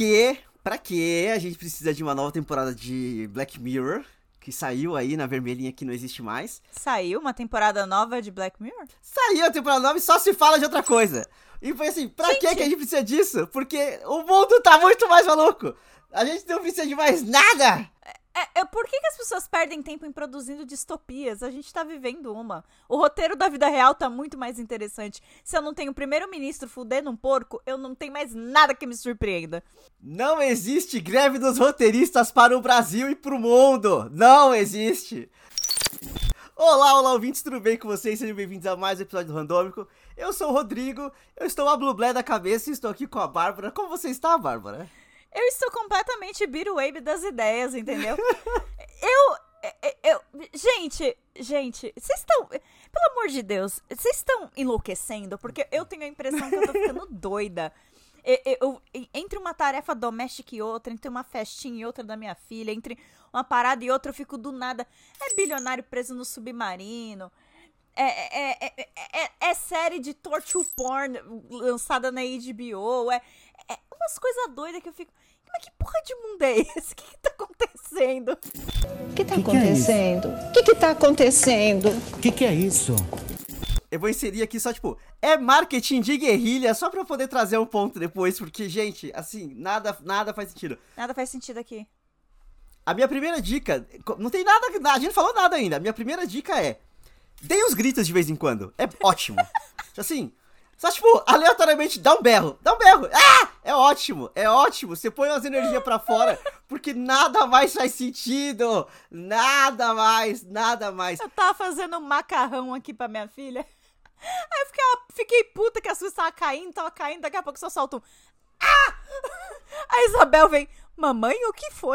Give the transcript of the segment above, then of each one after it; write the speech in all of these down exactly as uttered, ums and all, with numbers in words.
quê? Pra quê a gente precisa de uma nova temporada de Black Mirror? Que saiu aí na vermelhinha que não existe mais. Saiu uma temporada nova de Black Mirror? Saiu a temporada nova e só se fala de outra coisa. E foi assim, pra Gente. quê que a gente precisa disso? Porque o mundo tá muito mais maluco. A gente não precisa de mais nada. É, é, por que, que as pessoas perdem tempo em produzindo distopias? A gente tá vivendo uma. O roteiro da vida real tá muito mais interessante. Se eu não tenho o primeiro-ministro fudendo um porco, eu não tenho mais nada que me surpreenda. Não existe greve dos roteiristas para o Brasil e pro mundo. Não existe. Olá, olá, ouvintes, tudo bem com vocês? Sejam bem-vindos a mais um episódio do Randômico. Eu sou o Rodrigo, eu estou a blublé da cabeça e estou aqui com a Bárbara. Como você está, Bárbara? Eu estou completamente biruabe das ideias, entendeu? eu, eu, eu... Gente, gente, vocês estão... Pelo amor de Deus, vocês estão enlouquecendo? Porque eu tenho a impressão que eu tô ficando doida. Eu, eu, eu, entre uma tarefa doméstica e outra, entre uma festinha e outra da minha filha, entre uma parada e outra, eu fico do nada. É bilionário preso no submarino. É, é, é, é, é, é série de torture porn lançada na H B O. É, é umas coisas doidas que eu fico... Mas que porra de mundo é esse? O que que tá acontecendo? O que tá que acontecendo? O que que tá acontecendo? O que que é isso? Eu vou inserir aqui só, tipo, é marketing de guerrilha, só pra eu poder trazer um ponto depois, porque, gente, assim, nada, nada faz sentido. Nada faz sentido aqui. A minha primeira dica, não tem nada, a gente não falou nada ainda, a minha primeira dica é, dê uns gritos de vez em quando, é ótimo. Assim, só, tipo, aleatoriamente, dá um berro, dá um berro, ah! É ótimo, é ótimo, você põe umas energias pra fora, porque nada mais faz sentido, nada mais, nada mais. Eu tava fazendo um macarrão aqui pra minha filha, aí eu fiquei, fiquei puta que as coisas estavam caindo, tava caindo, daqui a pouco só solta um, ah! A Isabel vem, mamãe, o que foi?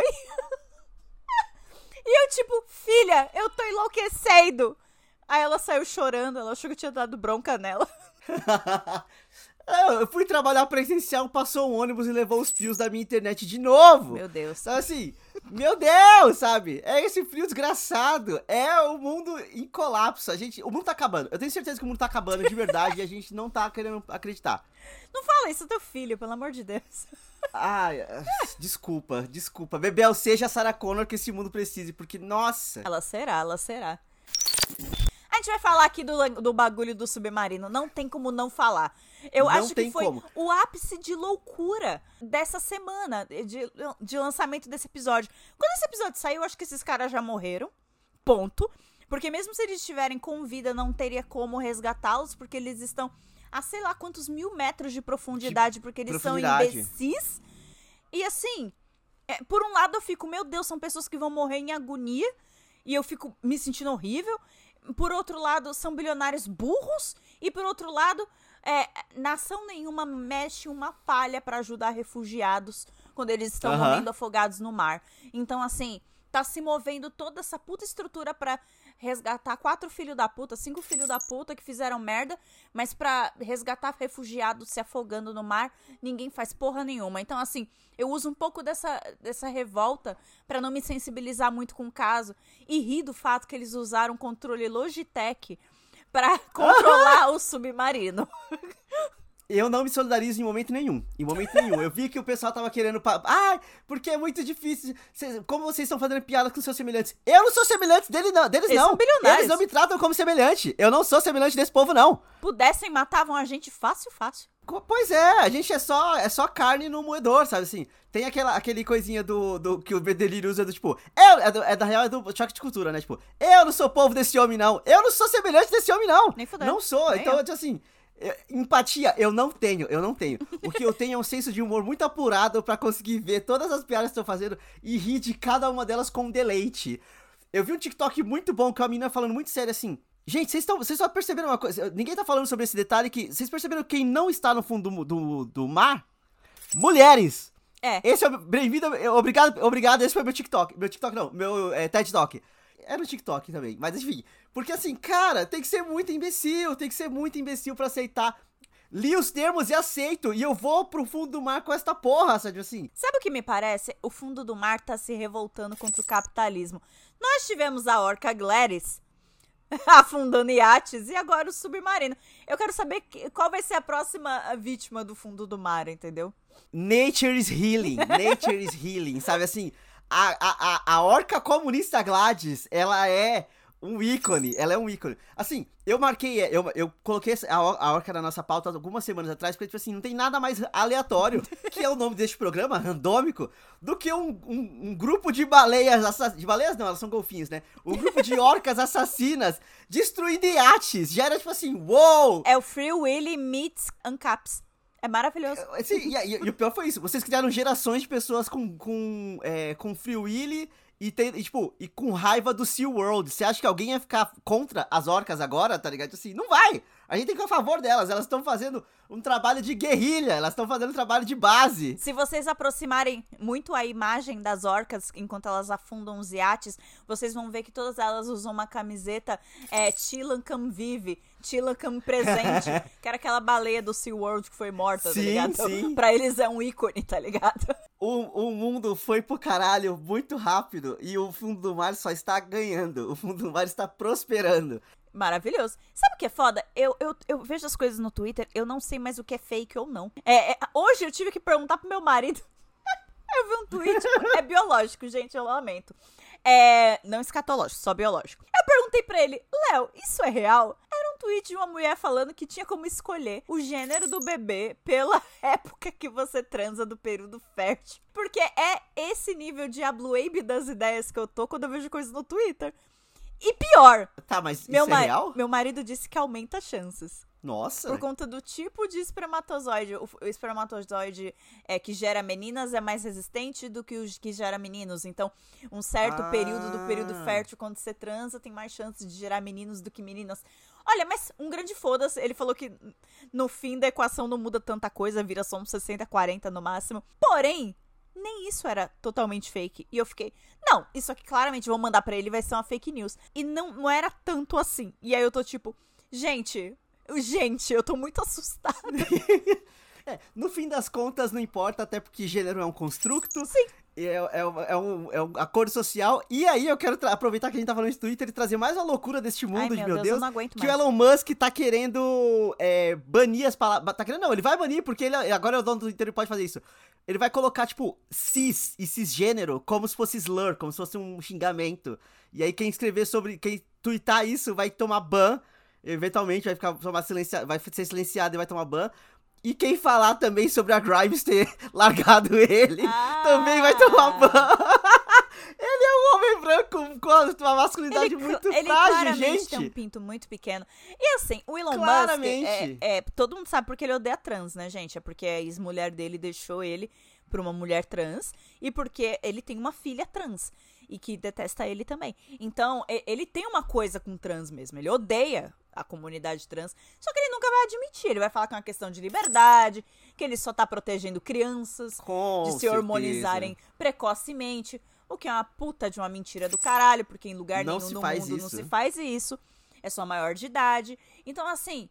E eu tipo, filha, eu tô enlouquecendo. Aí ela saiu chorando, ela achou que eu tinha dado bronca nela. Eu fui trabalhar presencial, passou um ônibus e levou os fios da minha internet de novo. Meu Deus. Então assim, meu Deus, sabe? É esse frio desgraçado. É o mundo em colapso. A gente, o mundo tá acabando. Eu tenho certeza que o mundo tá acabando de verdade e a gente não tá querendo acreditar. Não fala isso do teu filho, pelo amor de Deus. Ai, desculpa, desculpa. Bebel, seja a Sarah Connor que esse mundo precise, porque, nossa. Ela será, ela será. A gente vai falar aqui do, do bagulho do submarino. Não tem como não falar. Eu não acho tem que foi como. o ápice de loucura dessa semana, de, de lançamento desse episódio. Quando esse episódio saiu, eu acho que esses caras já morreram. Ponto. Porque mesmo se eles estiverem com vida, não teria como resgatá-los, porque eles estão a sei lá quantos mil metros de profundidade, porque eles são imbecis. E assim, é, por um lado eu fico, meu Deus, são pessoas que vão morrer em agonia, e eu fico me sentindo horrível. Por outro lado, são bilionários burros. E por outro lado, é, nação nenhuma mexe uma palha pra ajudar refugiados quando eles estão uhum. morrendo afogados no mar. Então, assim, tá se movendo toda essa puta estrutura pra resgatar quatro filhos da puta, cinco filhos da puta que fizeram merda, mas pra resgatar refugiados se afogando no mar, ninguém faz porra nenhuma. Então, assim, eu uso um pouco dessa, dessa revolta pra não me sensibilizar muito com o caso e rir do fato que eles usaram controle Logitech pra controlar o submarino. Eu não me solidarizo em momento nenhum. Em momento nenhum. Eu vi que o pessoal tava querendo... Pa... Ah, porque é muito difícil. Cês... Como vocês estão fazendo piada com seus semelhantes? Eu não sou semelhante dele, não. deles, Eles não. são bilionários. Eles não me tratam como semelhante. Eu não sou semelhante desse povo, não. Pudessem, matavam a gente fácil, fácil. Pois é, a gente é só, é só carne no moedor, sabe assim? Tem aquela aquele coisinha do, do que o Delírio usa do tipo... Eu, é, do, é da real, é do choque de cultura, né? Tipo, eu não sou povo desse homem, não. Eu não sou semelhante desse homem, não. Nem fudeu. Não sou. Nem então, eu. assim... Empatia, eu não tenho, eu não tenho. O que eu tenho é um senso de humor muito apurado pra conseguir ver todas as piadas que eu tô fazendo e rir de cada uma delas com deleite. Eu vi um TikTok muito bom que a menina falando muito sério assim... Gente, vocês estão, vocês só perceberam uma coisa? Ninguém tá falando sobre esse detalhe que... Vocês perceberam quem não está no fundo do, do, do mar? Mulheres! É. Esse é o... Bem-vindo, obrigado, obrigado, esse foi meu TikTok. Meu TikTok não, meu é, TED Talk. Era no TikTok também, mas enfim. Porque assim, cara, tem que ser muito imbecil, tem que ser muito imbecil pra aceitar. Li os termos e aceito, e eu vou pro fundo do mar com esta porra, sabe assim? Sabe o que me parece? O fundo do mar tá se revoltando contra o capitalismo. Nós tivemos a orca Gladys afundando iates, e agora o submarino. Eu quero saber que, qual vai ser a próxima vítima do fundo do mar, entendeu? Nature is healing, nature is healing, sabe assim, a, a, a, a orca comunista Gladys, ela é um ícone, ela é um ícone. Assim, eu marquei, eu, eu coloquei a, a orca na nossa pauta algumas semanas atrás, porque, tipo assim, não tem nada mais aleatório, que é o nome deste programa, randômico, do que um, um, um grupo de baleias assassinas, de baleias não, elas são golfinhos, né? Um grupo de orcas assassinas destruindo iates, já era tipo assim, uou! É o Free Willy meets Uncaps. É maravilhoso. Sim, e, e, e o pior foi isso, vocês criaram gerações de pessoas com, com, é, com Free Willy e, tem, e, tipo, e com raiva do SeaWorld. Você acha que alguém ia ficar contra as orcas agora, tá ligado? Assim, não vai! A gente tem que ir a favor delas, elas estão fazendo um trabalho de guerrilha, elas estão fazendo um trabalho de base. Se vocês aproximarem muito a imagem das orcas enquanto elas afundam os iates, vocês vão ver que todas elas usam uma camiseta é, Chilan Come Vive, Chilan Come Presente, que era aquela baleia do SeaWorld que foi morta, sim, tá ligado? Sim. Pra eles é um ícone, tá ligado? O, o mundo foi pro caralho muito rápido e o fundo do mar só está ganhando, o fundo do mar está prosperando. Maravilhoso. Sabe o que é foda? Eu, eu, eu vejo as coisas no Twitter, eu não sei mais o que é fake ou não. É, é, hoje eu tive que perguntar pro meu marido. Eu vi um tweet, é biológico, gente, eu lamento. É, não escatológico, só biológico. Eu perguntei pra ele, Léo, isso é real? Era um tweet de uma mulher falando que tinha como escolher o gênero do bebê pela época que você transa do período fértil. Porque é esse nível de abluabe das ideias que eu tô quando eu vejo coisas no Twitter. E pior. Tá, mas meu isso é real? Meu marido disse que aumenta chances. Nossa. Por conta do tipo de espermatozoide. O, o espermatozoide é, que gera meninas é mais resistente do que o que gera meninos. Então, um certo ah. período do período fértil, quando você transa, tem mais chances de gerar meninos do que meninas. Olha, mas um grande foda-se. Ele falou que no fim da equação não muda tanta coisa, vira só uns sessenta a quarenta no máximo. Porém, nem isso era totalmente fake. E eu fiquei, não, isso aqui claramente vou mandar pra ele, vai ser uma fake news. E não, não era tanto assim. E aí eu tô tipo, gente, gente, eu tô muito assustada. É, no fim das contas, não importa, até porque gênero é um construto. Sim. É, é, é, um, é um acordo social. E aí eu quero aproveitar que a gente tá falando de Twitter e trazer mais uma loucura deste mundo, Ai, de meu meu Deus, Deus. eu não aguento que mais. o Elon Musk tá querendo é, banir as palavras. Tá querendo não, ele vai banir porque ele agora é o dono do Twitter e pode fazer isso. Ele vai colocar, tipo, cis e cisgênero como se fosse slur, como se fosse um xingamento. E aí quem escrever sobre, quem tweetar isso vai tomar ban. Eventualmente vai ficar tomar silenciado, vai ser silenciado e vai tomar ban. E quem falar também sobre a Grimes ter largado ele, ah. também vai tomar ban. Ele é um homem branco com uma masculinidade ele, muito ele frágil, claramente gente. tem um pinto muito pequeno. E assim, o Elon claramente. Musk, é, é, todo mundo sabe porque ele odeia trans, né, gente? É porque a ex-mulher dele deixou ele pra uma mulher trans e porque ele tem uma filha trans e que detesta ele também. Então, ele tem uma coisa com trans mesmo. Ele odeia a comunidade trans, só que ele nunca vai admitir. Ele vai falar que é uma questão de liberdade, que ele só tá protegendo crianças com de se certeza. hormonizarem precocemente, o que é uma puta de uma mentira do caralho, porque em lugar não nenhum se do faz mundo isso. não se faz isso. É só maior de idade. Então, assim...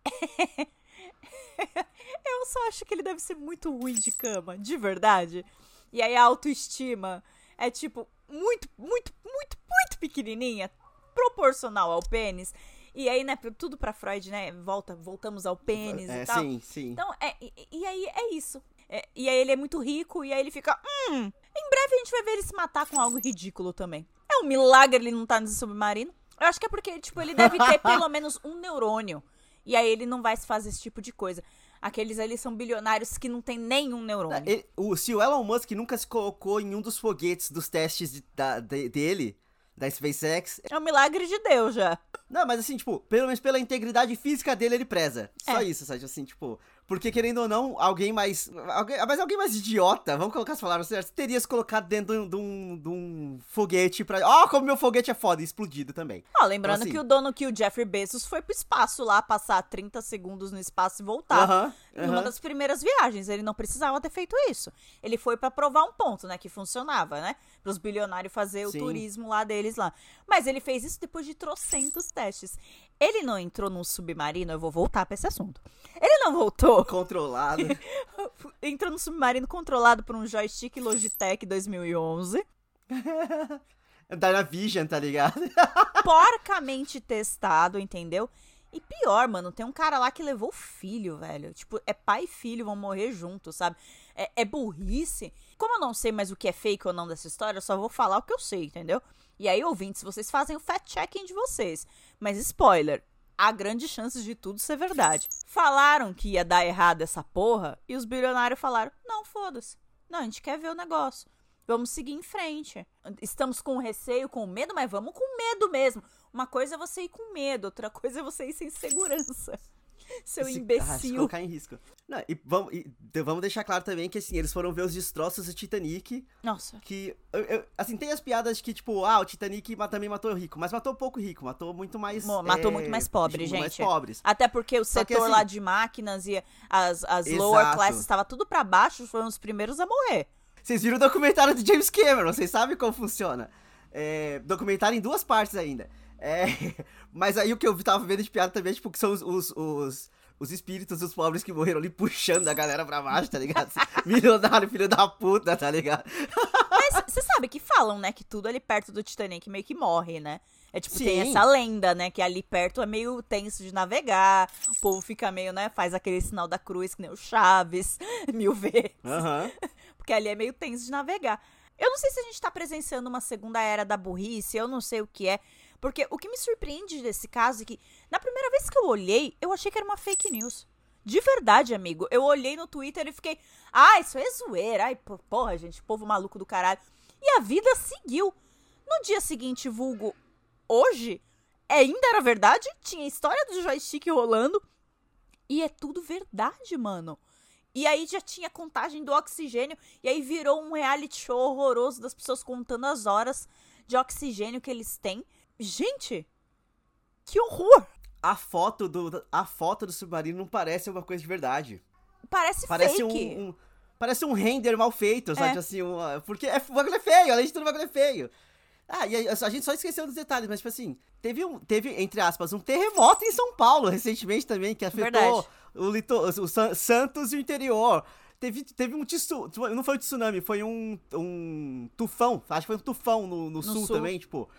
eu só acho que ele deve ser muito ruim de cama, de verdade. E aí a autoestima é, tipo, muito, muito, muito, muito pequenininha, proporcional ao pênis. E aí, né, tudo pra Freud, né, volta, voltamos ao pênis é, e tal. Sim, sim. Então, é, e, e aí é isso. É, e aí ele é muito rico, e aí ele fica, hum, em breve a gente vai ver ele se matar com algo ridículo também. É um milagre ele não tá nesse submarino. Eu acho que é porque, tipo, ele deve ter pelo menos um neurônio. E aí ele não vai se fazer esse tipo de coisa. Aqueles ali são bilionários que não tem nenhum neurônio. Ele, o, se o Elon Musk nunca se colocou em um dos foguetes dos testes de, da, de, dele, da SpaceX... É um milagre de Deus já. Não, mas assim, tipo, pelo menos pela integridade física dele, ele preza. Só é. isso, sabe? Assim, tipo... Porque, querendo ou não, alguém mais... Alguém, mas alguém mais idiota, vamos colocar as palavras certas, teria se colocado dentro de um, de um, de um foguete pra... Ó, oh, como meu foguete é foda, e explodido também. Ó, lembrando então, assim, que o dono, que o Jeffrey Bezos foi pro espaço lá, passar trinta segundos no espaço e voltar. Uh-huh, uh-huh. Numa das primeiras viagens. Ele não precisava ter feito isso. Ele foi pra provar um ponto, né, que funcionava, né? Pros bilionários fazer o Sim. turismo lá deles lá. Mas ele fez isso depois de trocentos testes. Ele não entrou num submarino, eu vou voltar pra esse assunto. Ele não voltou. Controlado. Entrou num submarino controlado por um joystick Logitech dois mil e onze. Dynavision, tá ligado? Porcamente testado, entendeu? E pior, mano, tem um cara lá que levou o filho, velho. Tipo, é pai e filho, vão morrer juntos, sabe? É, é burrice. Como eu não sei mais o que é fake ou não dessa história, eu só vou falar o que eu sei, entendeu? E aí, ouvintes, vocês fazem o fact-checking de vocês. Mas spoiler, há grandes chances de tudo ser verdade. Falaram que ia dar errado essa porra, e os bilionários falaram, não, foda-se. Não, a gente quer ver o negócio. Vamos seguir em frente. Estamos com receio, com medo, mas vamos com medo mesmo. Uma coisa é você ir com medo, outra coisa é você ir sem segurança. Seu se, imbecil. Ah, se colocar em risco. Não, e, vamos, e vamos deixar claro também que, assim, eles foram ver os destroços do Titanic. Nossa. Que, eu, eu, assim, tem as piadas de que, tipo, ah, o Titanic também matou rico. Mas matou pouco rico, matou muito mais... Matou é, muito mais pobre, muito gente. mais pobres. Até porque o Só setor que, assim, lá de máquinas e as, as exato. lower classes estava tudo pra baixo, foram os primeiros a morrer. Vocês viram o documentário de James Cameron, vocês sabem como funciona. É, documentário em duas partes ainda. É, mas aí o que eu tava vendo de piada também, tipo, que são os, os, os, os espíritos dos pobres que morreram ali puxando a galera pra baixo, tá ligado? Milionário, filho da puta, tá ligado? Mas você sabe que falam, né, que tudo ali perto do Titanic meio que morre, né? É tipo, Sim. tem essa lenda, né, que ali perto é meio tenso de navegar, o povo fica meio, né, faz aquele sinal da cruz que nem o Chaves, mil vezes. Aham. Porque ali é meio tenso de navegar. Eu não sei se a gente tá presenciando uma segunda era da burrice, eu não sei o que é. Porque o que me surpreende desse caso é que, na primeira vez que eu olhei, eu achei que era uma fake news. De verdade, amigo. Eu olhei no Twitter e fiquei, ah, isso é zoeira. Ai, porra, gente, povo maluco do caralho. E a vida seguiu. No dia seguinte, vulgo hoje, ainda era verdade, tinha a história do joystick rolando. E é tudo verdade, mano. E aí já tinha contagem do oxigênio. E aí virou um reality show horroroso das pessoas contando as horas de oxigênio que eles têm. Gente, que horror! A foto do, a foto do submarino não parece uma coisa de verdade. Parece, parece fake. Um, um, parece um render mal feito, sabe? É. Assim, um, porque é, o bagulho é feio, além de tudo o bagulho é feio. Ah, e a, a gente só esqueceu dos detalhes, mas tipo assim, teve, um, teve entre aspas, um terremoto em São Paulo recentemente também, que afetou Verdade. o, lito, o San, Santos e o interior. Teve, teve um tsunami, não foi um tsunami, foi um, um tufão, acho que foi um tufão no, no, no sul, sul também, tipo...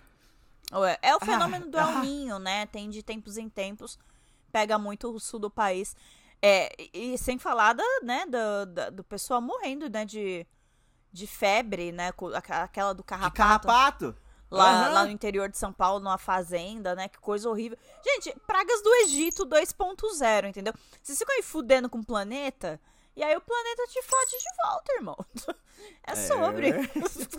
Ué, é o fenômeno ah, do El ah. Ninho, né? Tem de tempos em tempos, pega muito o sul do país. É, e, e sem falar da, né, do, da, do pessoal morrendo, né, de, de febre, né, aquela do carrapato. De carrapato. Lá, uhum. lá no interior de São Paulo, numa fazenda, né, que coisa horrível. Gente, pragas do Egito dois ponto zero, entendeu? Vocês ficam aí fudendo com o planeta, e aí o planeta te fode de volta, irmão. É sobre. É.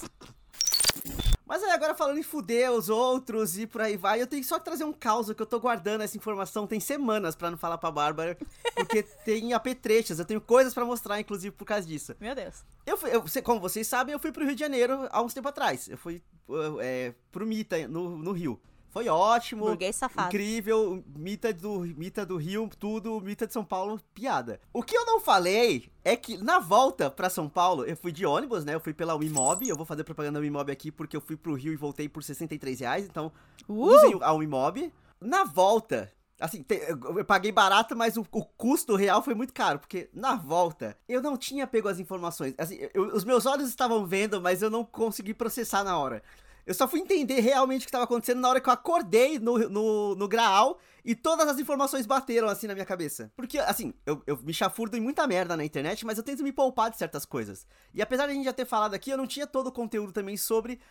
Mas aí, agora falando em fuder os outros e por aí vai, eu tenho só que trazer um caos que eu tô guardando essa informação tem semanas pra não falar pra Bárbara, porque tem apetrechas, eu tenho coisas pra mostrar, inclusive, por causa disso. Meu Deus. Eu, fui, eu como vocês sabem, eu fui pro Rio de Janeiro há uns tempo atrás. Eu fui é, pro Mita, no, no Rio. Foi ótimo, Burguês safado. Incrível, Mita do, Mita do Rio, tudo, Mita de São Paulo, piada. O que eu não falei é que na volta pra São Paulo, eu fui de ônibus, né, eu fui pela Wimob, eu vou fazer propaganda da Wimob aqui porque eu fui pro Rio e voltei por sessenta e três reais, então uh! usem a Wimob. Na volta, assim, eu paguei barato, mas o, o custo real foi muito caro, porque na volta eu não tinha pego as informações, assim, eu, os meus olhos estavam vendo, mas eu não consegui processar na hora. Eu só fui entender realmente o que estava acontecendo na hora que eu acordei no, no, no Graal e todas as informações bateram assim na minha cabeça. Porque, assim, eu, eu me chafurdo em muita merda na internet, mas eu tento me poupar de certas coisas. E apesar de a gente já ter falado aqui, eu não tinha todo o conteúdo também sobre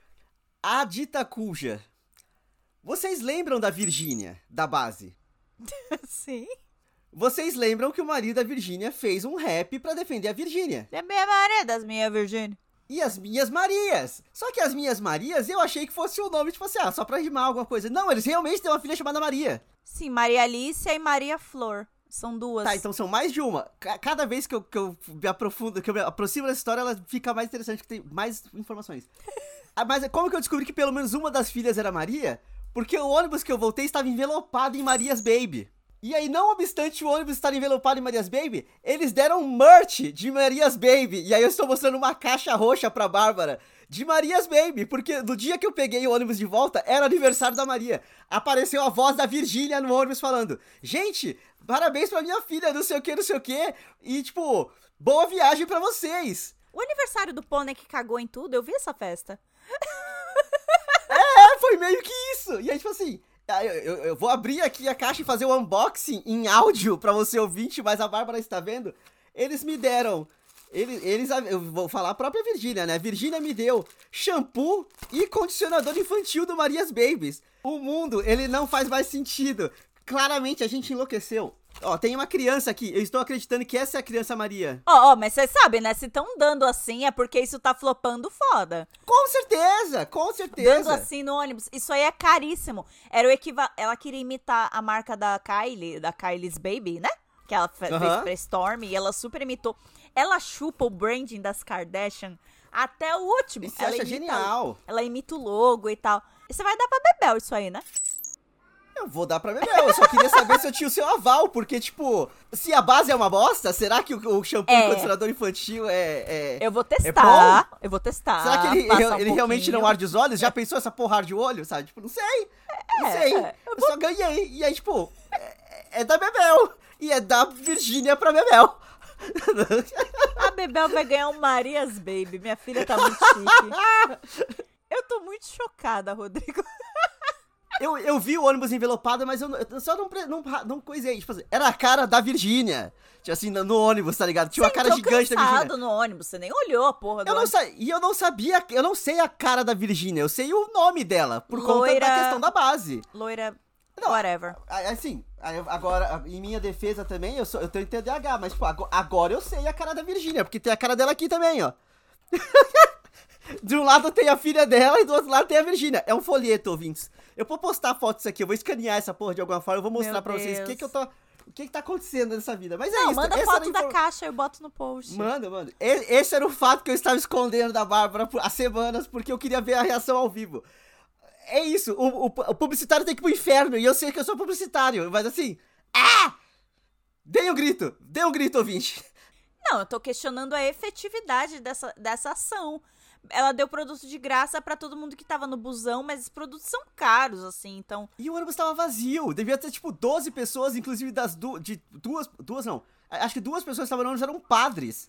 a dita cuja. Vocês lembram da Virgínia, da base? Sim. Vocês lembram que o marido da Virgínia fez um rap pra defender a Virgínia? É minha Maria das minhas Virgínia. E as minhas Marias. Só que as minhas Marias, eu achei que fosse o nome, tipo assim, ah, só pra rimar alguma coisa. Não, eles realmente têm uma filha chamada Maria. Sim, Maria Alicia e Maria Flor. São duas. Tá, então são mais de uma. Cada vez que eu, que eu me aprofundo, que eu me aproximo dessa história, ela fica mais interessante, que tem mais informações. Mas como que eu descobri que pelo menos uma das filhas era Maria? Porque o ônibus que eu voltei estava envelopado em Marias Baby. E aí, não obstante o ônibus estar envelopado em Marias Baby, eles deram merch de Marias Baby. E aí eu estou mostrando uma caixa roxa pra Bárbara de Marias Baby, porque no dia que eu peguei o ônibus de volta, era aniversário da Maria. Apareceu a voz da Virgínia no ônibus falando, gente, parabéns pra minha filha, não sei o que, não sei o que, e tipo, boa viagem pra vocês. O aniversário do pônei que cagou em tudo, eu vi essa festa. foi meio que isso. E aí, tipo assim, eu, eu, eu vou abrir aqui a caixa e fazer o unboxing em áudio pra você ouvinte, mas a Bárbara está vendo. Eles me deram... Eles, eles, eu vou falar a própria Virgínia, né? Virgínia me deu shampoo e condicionador infantil do Marias Babies. O mundo, ele não faz mais sentido. Claramente, a gente enlouqueceu. Ó, tem uma criança aqui. Eu estou acreditando que essa é a criança Maria. Ó, ó, mas vocês sabem, né? Se estão dando assim, é porque isso tá flopando foda. Com certeza, com certeza. Dando assim no ônibus. Isso aí é caríssimo. Era o equivalente... Ela queria imitar a marca da Kylie, da Kylie's Baby, né? Que ela fe- Uhum. fez pra Storm e ela super imitou. Ela chupa o branding das Kardashian até o último. Isso ela acha imita, genial. Ela imita o logo e tal. E você vai dar pra Bebel isso aí, né? Eu vou dar pra Bebel, eu só queria saber se eu tinha o seu aval, porque, tipo, se a base é uma bosta, será que o, o shampoo É. e condicionador infantil é... é... Eu vou É testar. Eu vou testar. Será que ele, passar um ele realmente pouquinho. não arde os olhos? Já pensou essa porra arde o olho, sabe? Tipo, não sei, não É, sei, é, eu, só ganhei. E aí, tipo, é, é da Bebel, e é da Virgínia pra Bebel. A Bebel vai ganhar um Marias Baby. Minha filha tá muito chique. Eu tô muito chocada, Rodrigo. Eu, eu vi o ônibus envelopado, mas eu, não- eu só não, pre- não, não coisei. Tipo assim, era a cara da Virgínia. Tipo assim, no, no ônibus, tá ligado? Tinha uma cara gigante da Virgínia. cansado no ônibus, você nem olhou a porra do Eu não ônibus. sa... E eu não sabia, eu não sei a cara da Virgínia, eu sei o nome dela, por conta Loira- da questão da base. Loira, Não, whatever. a- Assim, aí eu- agora, em minha defesa também, eu, sou, eu tenho T D A H, mas tipo, ago- agora eu sei a cara da Virgínia, porque tem a cara dela aqui também, ó. De um lado tem a filha dela e do outro lado tem a Virgínia. É um folheto, ouvintes. Eu vou postar fotos aqui, eu vou escanear essa porra de alguma forma, eu vou mostrar Meu pra vocês o que Deus. que eu tô... O que que tá acontecendo nessa vida. Mas é Não, isso. manda essa foto era a da infor- caixa, eu boto no post. Manda, manda. E- Esse era o fato que eu estava escondendo da Bárbara por- há semanas, porque eu queria ver a reação ao vivo. É isso, o, o- o publicitário tem que ir pro inferno, e eu sei que eu sou publicitário, mas assim... Ah! Dei um grito, dei um grito, ouvinte. Não, eu tô questionando a efetividade dessa, dessa ação. Ela deu produto de graça pra todo mundo que tava no busão, mas os produtos são caros, assim, então... E o ônibus tava vazio, devia ter tipo doze pessoas, inclusive das du de duas... Duas não, acho que duas pessoas que estavam no ônibus eram padres.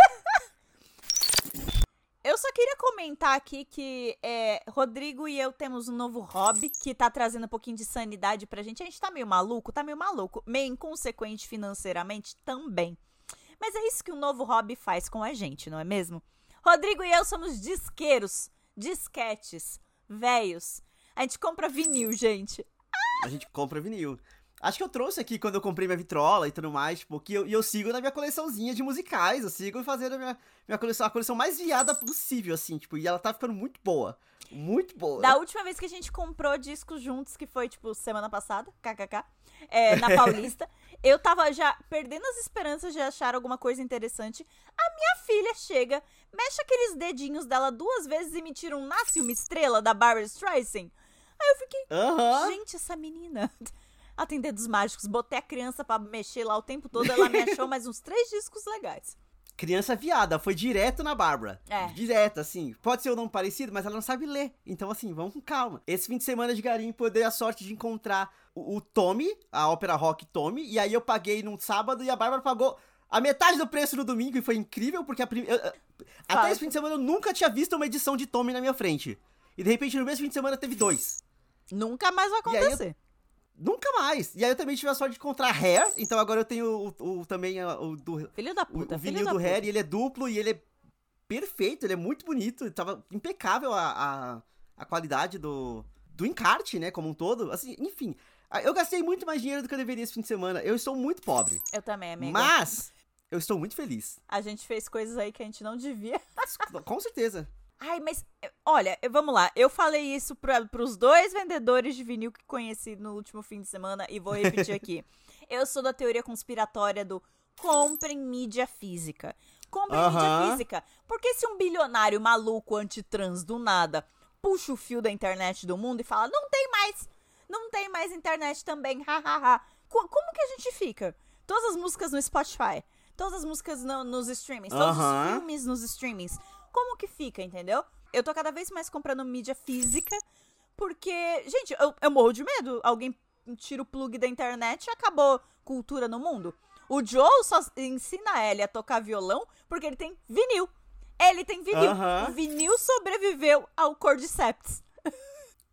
Eu só queria comentar aqui que é, Rodrigo e eu temos um novo hobby que tá trazendo um pouquinho de sanidade pra gente. A gente tá meio maluco, tá meio maluco, meio inconsequente financeiramente também. Mas é isso que o novo hobby faz com a gente, não é mesmo? Rodrigo e eu somos disqueiros, disquetes, véios. A gente compra vinil, gente. A gente compra vinil. Acho que eu trouxe aqui quando eu comprei minha vitrola e tudo mais, tipo, que eu, e eu sigo na minha coleçãozinha de musicais, eu sigo fazendo a minha, minha coleção, a coleção mais viada possível, assim, tipo, e ela tá ficando muito boa, muito boa. Da última vez que a gente comprou discos juntos, que foi, tipo, semana passada, kkk, é, na Paulista, eu tava já perdendo as esperanças de achar alguma coisa interessante. A minha filha chega, mexe aqueles dedinhos dela duas vezes e me tira um Nasce Uma Estrela da Barbra Streisand. Aí eu fiquei, Aham. gente, essa menina... Ela tem dedos mágicos, botei a criança pra mexer lá o tempo todo, ela me achou mais uns três discos legais. Criança viada, foi direto na Bárbara. É. Direto, assim. Pode ser um nome parecido, mas ela não sabe ler. Então, assim, vamos com calma. Esse fim de semana de garimpo, eu dei a sorte de encontrar o, o Tommy, a ópera rock Tommy, e aí eu paguei num sábado e a Bárbara pagou a metade do preço no domingo, e foi incrível, porque a prim... eu- eu- até Fala. esse fim de semana eu nunca tinha visto uma edição de Tommy na minha frente. E de repente, no mesmo fim de semana, teve dois. Nunca mais vai E aí eu- acontecer. Nunca mais. E aí eu também tive a sorte de encontrar Hair, então agora eu tenho o, o- também a- o do Filho da o, puta, o filho vinil da do puta. Hair, e ele é duplo e ele é perfeito, ele é muito bonito, ele tava impecável a, a, a qualidade do, do encarte, né, como um todo, assim, enfim. Eu gastei muito mais dinheiro do que eu deveria esse fim de semana, eu estou muito pobre, Eu também, amiga. mas eu estou muito feliz, A gente fez coisas aí que a gente não devia. com certeza. Ai, mas, olha, eu- vamos lá. Eu falei isso pra, pros dois vendedores de vinil que conheci no último fim de semana e vou repetir aqui. Eu sou da teoria conspiratória do comprem mídia física. Comprem mídia Aham. física. Porque se um bilionário maluco antitrans do nada puxa o fio da internet do mundo e fala, não tem mais, não tem mais internet também, hahaha. Co- Como que a gente fica? Todas as músicas no Spotify, todas as músicas no- nos streamings, todos Aham. os filmes nos streamings. Como que fica, entendeu? Eu tô cada vez mais comprando mídia física, porque, gente, eu, eu morro de medo. Alguém tira o plug da internet e acabou cultura no mundo. O Joe só ensina a Ellie a tocar violão porque ele tem vinil. Ele tem vinil. Aham. O vinil sobreviveu ao Cordyceps.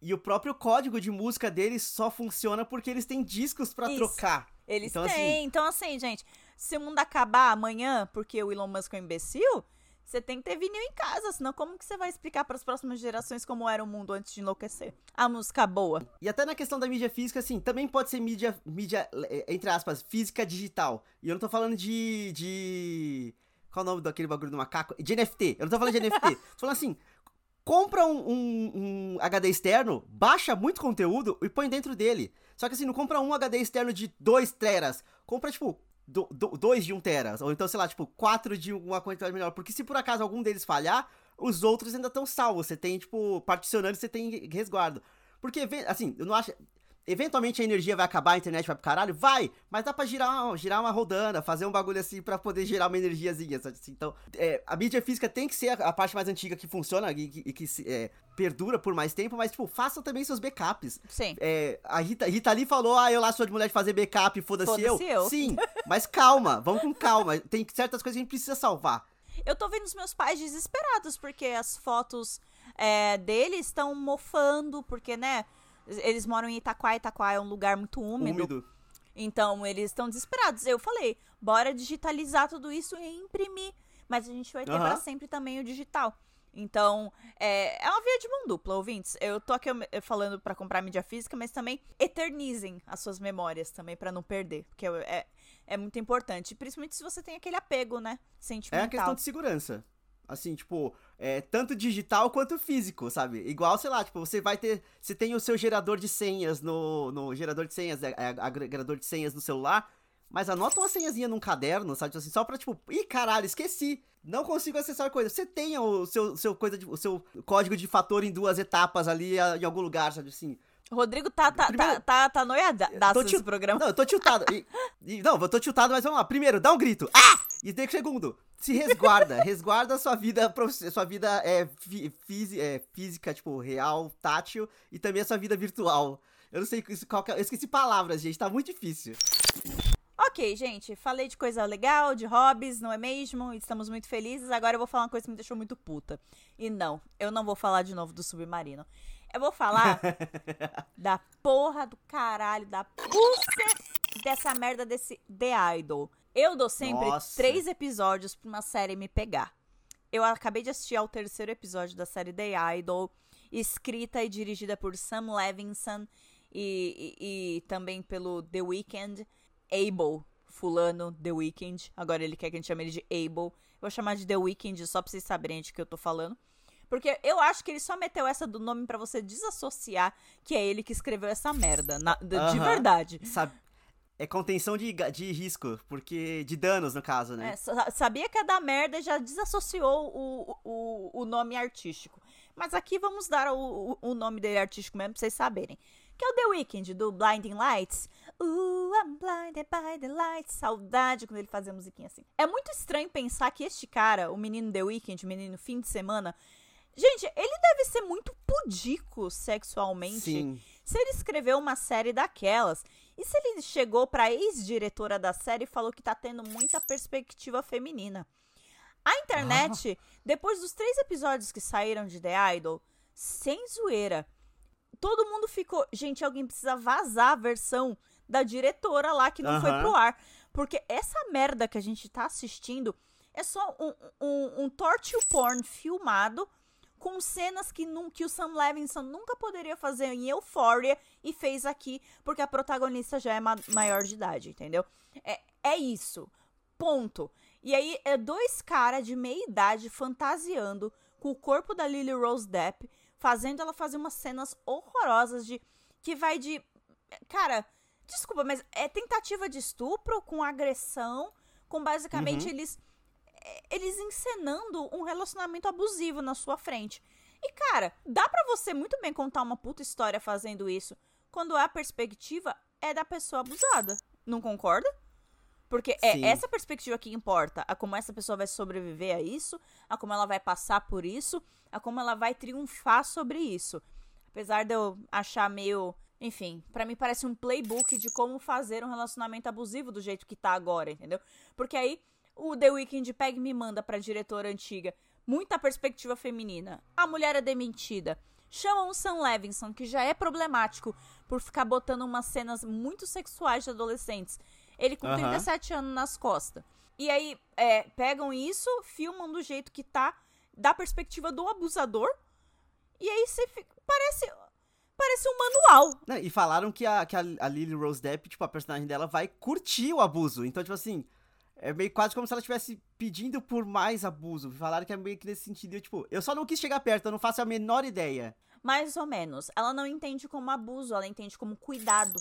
E o próprio código de música deles só funciona porque eles têm discos pra Isso. trocar. Eles então, têm. Assim, então, assim, gente, se o mundo acabar amanhã porque o Elon Musk é um imbecil, você tem que ter vinil em casa, senão como que você vai explicar pras próximas gerações como era o mundo antes de enlouquecer? A música boa. E até na questão da mídia física, assim, também pode ser mídia, mídia entre aspas, física digital. E eu não tô falando de... de... Qual é o nome daquele bagulho do macaco? De N F T. Eu não tô falando de N F T. Tô falando assim, compra um, um, um H D externo, baixa muito conteúdo e põe dentro dele. Só que assim, não compra um H D externo de dois teras. Compra, tipo, do, do, dois de um tera. Ou então, sei lá, tipo, quatro de uma quantidade melhor. Porque se por acaso algum deles falhar, os outros ainda estão salvos. Você tem, tipo, particionando, você tem resguardo. Porque, assim, eu não acho... Eventualmente a energia vai acabar, a internet vai pro caralho? Vai! Mas dá pra girar, girar uma rodana, fazer um bagulho assim pra poder gerar uma energiazinha. Assim. Então, é, a mídia física tem que ser a, a parte mais antiga que funciona e que, e que é, perdura por mais tempo, mas, tipo, façam também seus backups. Sim. É, a Rita, Rita Lee falou, ah, eu lá sou de mulher de fazer backup, foda-se Foda-se eu. eu. Sim, mas calma, vamos com calma. Tem certas coisas que a gente precisa salvar. Eu tô vendo os meus pais desesperados, porque as fotos é, deles estão mofando, porque, né... Eles moram em Itaquá, Itaquá é um lugar muito úmido. Úmido. Então, eles estão desesperados. Eu falei, bora digitalizar tudo isso e imprimir. Mas a gente vai ter uhum. pra sempre também o digital. Então, é, é uma via de mão dupla, ouvintes. Eu tô aqui falando pra comprar mídia física, mas também eternizem as suas memórias também pra não perder. Porque é, é muito importante. Principalmente se você tem aquele apego, né? Sentimental. É a questão de segurança. Assim, tipo, é, tanto digital quanto físico, sabe? Igual, sei lá, tipo, você vai ter... Você tem o seu gerador de senhas no... no gerador de senhas, é, é, agregador de senhas no celular, mas anota uma senhazinha num caderno, sabe? Assim, só pra, tipo, ih, caralho, esqueci. Não consigo acessar coisa. Você tem o seu, seu, coisa de, o seu código de fator em duas etapas ali, em algum lugar, sabe? Assim... O Rodrigo tá, tá, Primeiro, tá, tá, tá noiadaço nesse programa. Não, eu tô tiltado. E, e, não, eu tô tiltado, mas vamos lá. Primeiro, dá um grito. Ah! E daí, segundo, se resguarda. resguarda a sua vida, sua vida é, fí, é, física, tipo, real, tátil, e também a sua vida virtual. Eu não sei qual que é, eu esqueci palavras, gente, tá muito difícil. Ok, gente, falei de coisa legal, de hobbies, não é mesmo? Estamos muito felizes. Agora eu vou falar uma coisa que me deixou muito puta. E não, eu não vou falar de novo do Submarino. Eu vou falar da porra do caralho, da puta dessa merda desse The Idol. Eu dou sempre Nossa. três episódios pra uma série me pegar. Eu acabei de assistir ao terceiro episódio da série The Idol, escrita e dirigida por Sam Levinson e, e, e também pelo The Weeknd. Abel, fulano, The Weeknd. Agora ele quer que a gente chame ele de Abel. Eu vou chamar de The Weeknd só pra vocês saberem de que eu tô falando. Porque eu acho que ele só meteu essa do nome pra você desassociar que é ele que escreveu essa merda. Na, de, uh-huh. de verdade. Sabe, é contenção de, de risco, porque de danos, no caso, né? É, sabia que é da merda e já desassociou o, o, o nome artístico. Mas aqui vamos dar o, o, o nome dele artístico mesmo pra vocês saberem. Que é o The Weeknd, do Blinding Lights. Ooh, I'm blinded by the lights. Saudade quando ele fazia musiquinha assim. É muito estranho pensar que este cara, o menino The Weeknd, o menino fim de semana... Gente, ele deve ser muito pudico sexualmente. Sim. Se ele escreveu uma série daquelas. E se ele chegou pra ex-diretora da série e falou que tá tendo muita perspectiva feminina. A internet, ah. depois dos três episódios que saíram de The Idol, sem zoeira, todo mundo ficou... Gente, alguém precisa vazar a versão da diretora lá que não uh-huh. foi pro ar. Porque essa merda que a gente tá assistindo é só um, um, um torture porn filmado com cenas que, num, que o Sam Levinson nunca poderia fazer em Euphoria e fez aqui, porque a protagonista já é ma- maior de idade, entendeu? É, é isso. Ponto. E aí, é dois caras de meia idade fantasiando com o corpo da Lily Rose Depp, fazendo ela fazer umas cenas horrorosas de... Que vai de... Cara, desculpa, mas é tentativa de estupro com agressão, com basicamente uhum. eles... eles encenando um relacionamento abusivo na sua frente. E, cara, dá pra você muito bem contar uma puta história fazendo isso, quando a perspectiva é da pessoa abusada. Não concorda? Porque é Sim. essa perspectiva que importa. A como essa pessoa vai sobreviver a isso, a como ela vai passar por isso, a como ela vai triunfar sobre isso. Apesar de eu achar meio... Enfim, pra mim parece um playbook de como fazer um relacionamento abusivo do jeito que tá agora, entendeu? Porque aí... O The Weeknd pega e me manda pra diretora antiga. Muita perspectiva feminina. A mulher é demitida. chamam o Sam Levinson, que já é problemático por ficar botando umas cenas muito sexuais de adolescentes. Ele com Aham. trinta e sete anos nas costas. E aí, é, pegam isso, filmam do jeito que tá, da perspectiva do abusador, e aí você fica, parece, parece um manual. Não, e falaram que, a, que a, a Lily Rose Depp, tipo, a personagem dela vai curtir o abuso. Então, tipo assim, é meio quase como se ela estivesse pedindo por mais abuso. Falaram que é meio que nesse sentido. Eu, tipo, eu só não quis chegar perto, eu não faço a menor ideia. Mais ou menos. Ela não entende como abuso, ela entende como cuidado.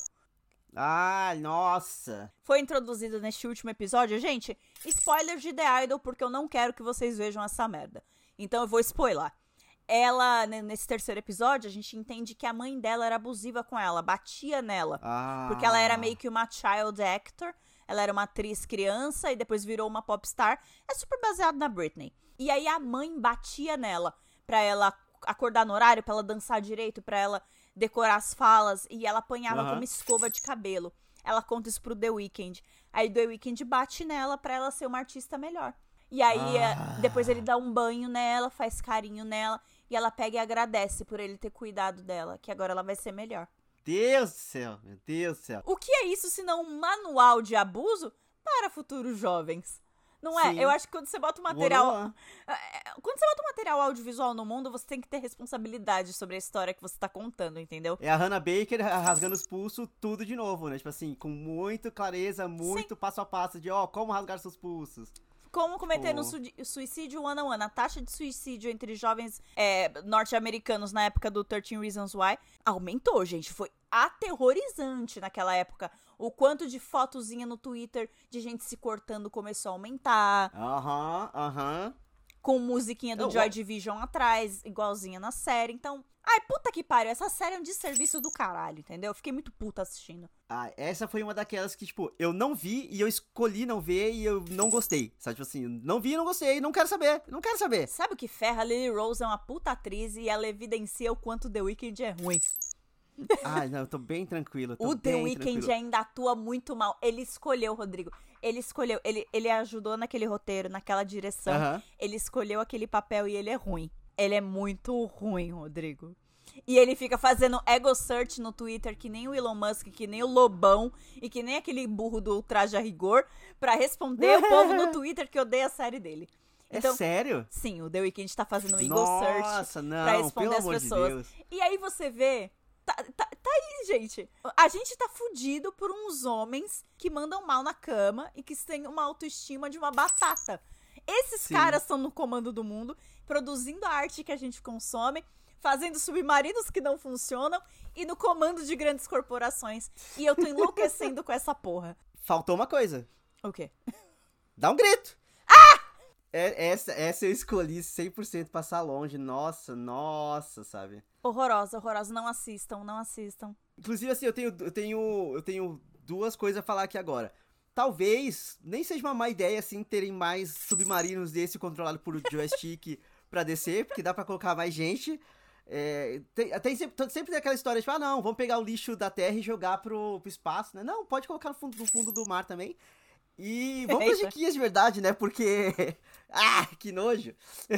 Ai, nossa. Foi introduzido neste último episódio, gente, spoiler de The Idol, porque eu não quero que vocês vejam essa merda. Então eu vou spoiler. Ela, nesse terceiro episódio, a gente entende que a mãe dela era abusiva com ela, batia nela. Ah. Porque ela era meio que uma child actor, ela era uma atriz criança e depois virou uma popstar. É super baseado na Britney. E aí a mãe batia nela pra ela acordar no horário, pra ela dançar direito, pra ela decorar as falas, e ela apanhava Uhum. com uma escova de cabelo. Ela conta isso pro The Weeknd. Aí The Weeknd bate nela pra ela ser uma artista melhor. E aí, Ah. é, depois ele dá um banho nela, faz carinho nela, e ela pega e agradece por ele ter cuidado dela, que agora ela vai ser melhor. Deus do céu, meu Deus do céu. O que é isso, senão um manual de abuso para futuros jovens? Não é? Sim. Eu acho que quando você bota o material... one oh one. Quando você bota um material audiovisual no mundo, você tem que ter responsabilidade sobre a história que você tá contando, entendeu? É a Hannah Baker rasgando os pulsos, tudo de novo, né? Tipo assim, com muito clareza, muito passo a passo de, ó, como rasgar seus pulsos. Como cometer Pô. um su- suicídio one on one. A taxa de suicídio entre jovens é, norte-americanos na época do treze Reasons Why aumentou, gente. Foi aterrorizante naquela época. O quanto de fotozinha no Twitter de gente se cortando começou a aumentar. Aham, aham. Com musiquinha do Eu- Joy Division atrás, igualzinha na série. Então, ai, puta que pariu. Essa série é um desserviço do caralho, entendeu? Eu fiquei muito puta assistindo. Ah, essa foi uma daquelas que, tipo, eu não vi e eu escolhi não ver e eu não gostei. Sabe, tipo assim, não vi e não gostei, não quero saber, não quero saber. Sabe o que ferra? A Lily Rose é uma puta atriz e ela evidencia o quanto The Weeknd é ruim. Ai, não, eu tô bem tranquilo, tô O The bem Weeknd tranquilo. ainda atua muito mal. Ele escolheu, Rodrigo. Ele escolheu, ele, ele ajudou naquele roteiro, naquela direção. Aham. Ele escolheu aquele papel e ele é ruim. Ele é muito ruim, Rodrigo. E ele fica fazendo ego search no Twitter, que nem o Elon Musk, que nem o Lobão e que nem aquele burro do Traje a Rigor, pra responder o povo no Twitter que odeia a série dele. Então, É sério? sim, o The Weeknd tá fazendo um ego search Nossa, não, pra responder pelo as amor de pessoas. Deus. E aí você vê. Tá, tá, tá aí, gente. A gente tá fudido por uns homens que mandam mal na cama e que têm uma autoestima de uma batata. Esses Sim. caras estão no comando do mundo, produzindo a arte que a gente consome, fazendo submarinos que não funcionam e no comando de grandes corporações. E eu tô enlouquecendo com essa porra. Faltou uma coisa. O quê? Dá um grito. Ah! É, essa, essa eu escolhi cem por cento passar longe. Nossa, nossa, sabe? Horrorosa, horrorosa. Não assistam, não assistam. Inclusive, assim, eu tenho, eu tenho, eu tenho duas coisas a falar aqui agora. Talvez nem seja uma má ideia, assim, terem mais submarinos desse controlado por joystick pra descer, porque dá pra colocar mais gente. É, tem, tem sempre, sempre tem aquela história, tipo, ah, não, vamos pegar o lixo da terra e jogar pro, pro espaço, né? Não, pode colocar no fundo, no fundo do mar também. E vamos pras Eita. diquinhas de verdade, né? Porque... ah, que nojo.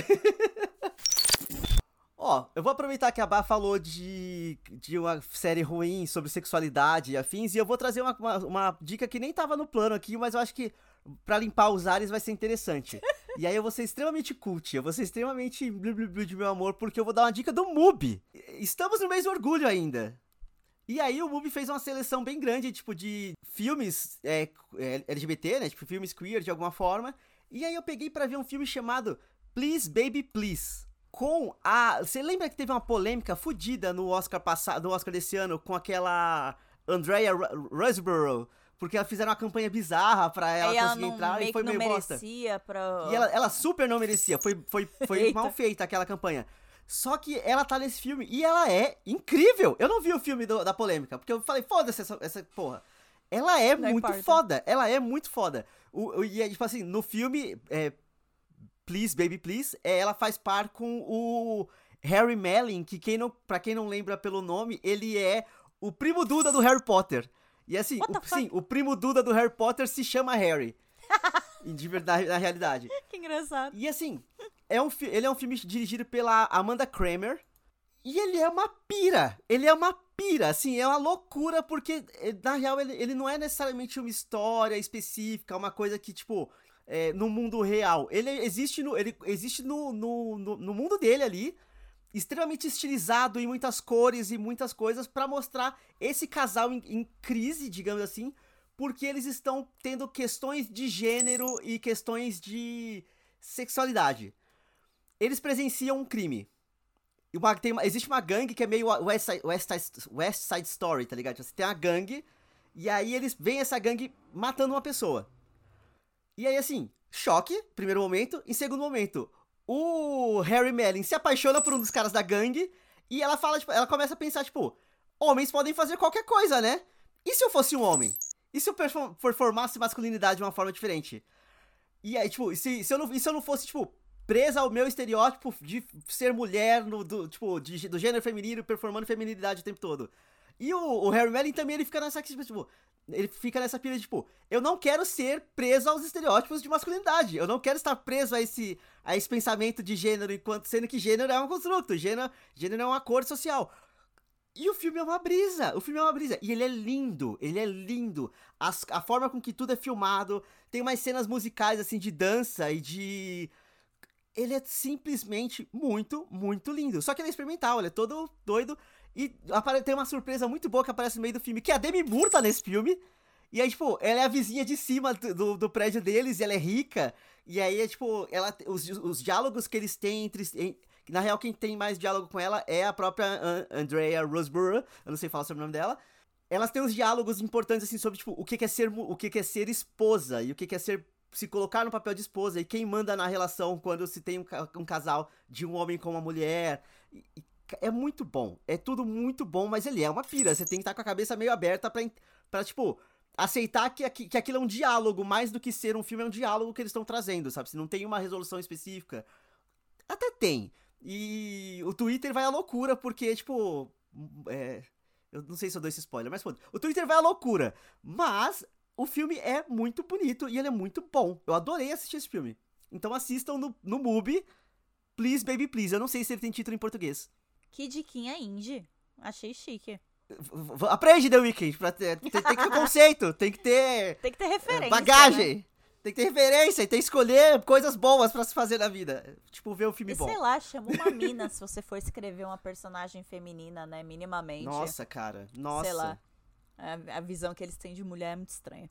Ó, eu vou aproveitar que a Bá falou de, de uma série ruim sobre sexualidade e afins, e eu vou trazer uma, uma, uma dica que nem tava no plano aqui, mas eu acho que pra limpar os ares vai ser interessante. E aí eu vou ser extremamente cult, eu vou ser extremamente blu, blu, blu de meu amor, porque eu vou dar uma dica do MUBI. Estamos no mês do orgulho ainda. E aí o MUBI fez uma seleção bem grande, tipo, de filmes é, é, L G B T, né, tipo, filmes queer de alguma forma. E aí eu peguei pra ver um filme chamado Please Baby Please. Com a... Você lembra que teve uma polêmica fodida no Oscar passado, no Oscar desse ano, com aquela Andrea Ru- Riseborough, porque ela fizeram uma campanha bizarra pra ela Aí ela conseguir não, entrar meio e foi que não meio bosta. merecia pra... E ela, ela super não merecia, foi, foi, foi Eita. mal feita aquela campanha. Só que ela tá nesse filme e ela é incrível. Eu não vi o filme do- da polêmica, porque eu falei, foda-se essa, essa porra. Ela é Não muito importa. foda, ela é muito foda. O, o- e é tipo assim, no filme, é, Please Baby Please, é, ela faz par com o Harry Melling, que quem não, pra quem não lembra pelo nome, ele é o primo Duda do Harry Potter. E assim, What the o, sim, o primo Duda do Harry Potter se chama Harry. de verdade, na realidade. Que engraçado. E assim, é um, fi- ele é um filme dirigido pela Amanda Kramer. E ele é uma pira, ele é uma pira, assim, é uma loucura, porque, na real, ele, ele não é necessariamente uma história específica, uma coisa que, tipo, é, no mundo real. Ele existe no, ele existe no, no, no, no mundo dele ali, extremamente estilizado em muitas cores e muitas coisas, pra mostrar esse casal em, em crise, digamos assim, porque eles estão tendo questões de gênero e questões de sexualidade. Eles presenciam um crime. Uma, tem uma, existe uma gangue que é meio West Side, West, Side, West Side Story, tá ligado? Você tem uma gangue, e aí eles veem essa gangue matando uma pessoa. E aí, assim, choque, primeiro momento. Em segundo momento, o Harry Melling se apaixona por um dos caras da gangue, e ela fala, tipo, ela começa a pensar, tipo, homens podem fazer qualquer coisa, né? E se eu fosse um homem? E se eu performasse masculinidade de uma forma diferente? E aí, tipo, se, se, eu, não, e se eu não fosse, tipo, presa ao meu estereótipo de ser mulher, no, do, tipo, de, do gênero feminino, performando feminilidade o tempo todo. E o, o Harry Melling também, ele fica nessa, tipo, ele fica nessa pilha de, tipo, eu não quero ser preso aos estereótipos de masculinidade, eu não quero estar preso a esse, a esse pensamento de gênero, enquanto sendo que gênero é um construto, gênero, gênero é um acordo social. E o filme é uma brisa, o filme é uma brisa, e ele é lindo, ele é lindo, As, a forma com que tudo é filmado, tem umas cenas musicais, assim, de dança e de... Ele é simplesmente muito, muito lindo. Só que ele é experimental, ele é todo doido. E tem uma surpresa muito boa que aparece no meio do filme, que a Demi Moore tá nesse filme. E aí, tipo, ela é a vizinha de cima do, do prédio deles, e ela é rica. E aí, é tipo, ela, os, os diálogos que eles têm entre... Em, na real, quem tem mais diálogo com ela é a própria Andrea Riseborough. Eu não sei falar sobre o nome dela. Elas têm uns diálogos importantes, assim, sobre, tipo, o que é ser, o que é ser esposa. E o que é ser... se colocar no papel de esposa, e quem manda na relação quando se tem um, um casal de um homem com uma mulher. E, e, é muito bom, é tudo muito bom, mas ele é uma pira, você tem que estar com a cabeça meio aberta pra, pra tipo, aceitar que, que aquilo é um diálogo, mais do que ser um filme, é um diálogo que eles estão trazendo, sabe? Se não tem uma resolução específica, até tem. E o Twitter vai à loucura, porque, tipo, é, eu não sei se eu dou esse spoiler, mas foda, o Twitter vai à loucura, mas... O filme é muito bonito e ele é muito bom. Eu adorei assistir esse filme. Então assistam no, no Mubi. Please, Baby, Please. Eu não sei se ele tem título em português. Que diquinha indie. Achei chique. V- aprende, The Weeknd. Pra ter, tem, tem que ter conceito. Tem que ter... Tem que ter referência, bagagem. Né? Tem que ter referência e tem que escolher coisas boas pra se fazer na vida. Tipo, ver um filme e bom. Sei lá, chama uma mina se você for escrever uma personagem feminina, né? Minimamente. Nossa, cara. Nossa. Sei lá. A visão que eles têm de mulher é muito estranha.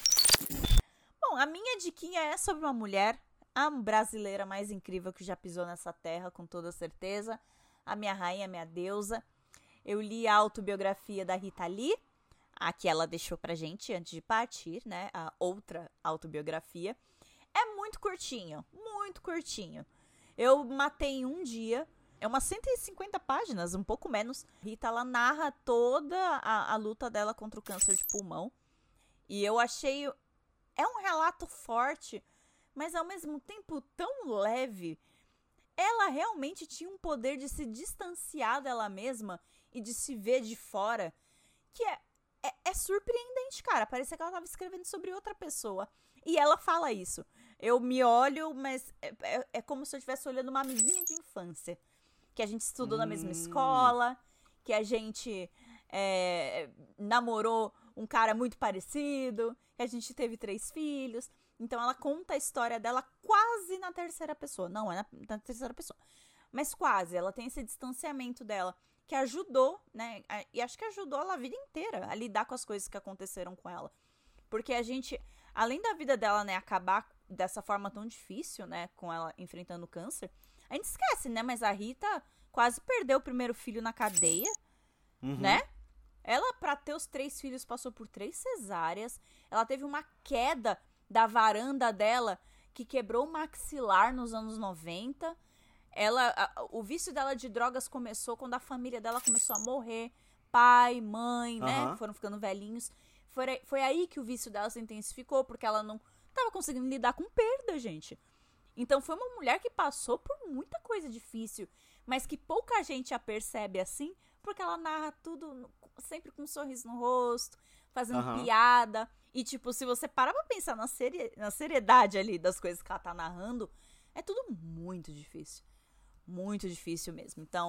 Bom, a minha diquinha é sobre uma mulher, a brasileira mais incrível que já pisou nessa terra, com toda certeza. A minha rainha, a minha deusa. Eu li a autobiografia da Rita Lee, a que ela deixou pra gente antes de partir, né? A outra autobiografia. É muito curtinho, muito curtinho. Eu matei em um dia. É umas cento e cinquenta páginas, um pouco menos. Rita, ela narra toda a, a luta dela contra o câncer de pulmão. E eu achei... É um relato forte, mas ao mesmo tempo tão leve. Ela realmente tinha um poder de se distanciar dela mesma e de se ver de fora, que é, é, é surpreendente, cara. Parecia que ela estava escrevendo sobre outra pessoa. E ela fala isso. Eu me olho, mas é, é, é como se eu estivesse olhando uma amiguinha de infância. Que a gente estudou hum. na mesma escola, que a gente é, namorou um cara muito parecido, que a gente teve três filhos. Então ela conta a história dela quase na terceira pessoa. Não é na, na terceira pessoa, mas quase. Ela tem esse distanciamento dela, que ajudou, né? E acho que ajudou ela a vida inteira a lidar com as coisas que aconteceram com ela. Porque a gente, além da vida dela, né, acabar dessa forma tão difícil, né, com ela enfrentando o câncer, a gente esquece, né? Mas a Rita quase perdeu o primeiro filho na cadeia, uhum. né? Ela, pra ter os três filhos, passou por três cesáreas. Ela teve uma queda da varanda dela que quebrou o maxilar nos anos noventa. Ela, a, o vício dela de drogas começou quando a família dela começou a morrer. Pai, mãe, uhum. né? Foram ficando velhinhos. Foi, foi aí que o vício dela se intensificou, porque ela não tava conseguindo lidar com perda, gente. Então foi uma mulher que passou por muita coisa difícil, mas que pouca gente a percebe assim, porque ela narra tudo sempre com um sorriso no rosto, fazendo uhum. piada. E, tipo, se você parar pra pensar na, seri- na seriedade ali das coisas que ela tá narrando, é tudo muito difícil. Muito difícil mesmo. Então,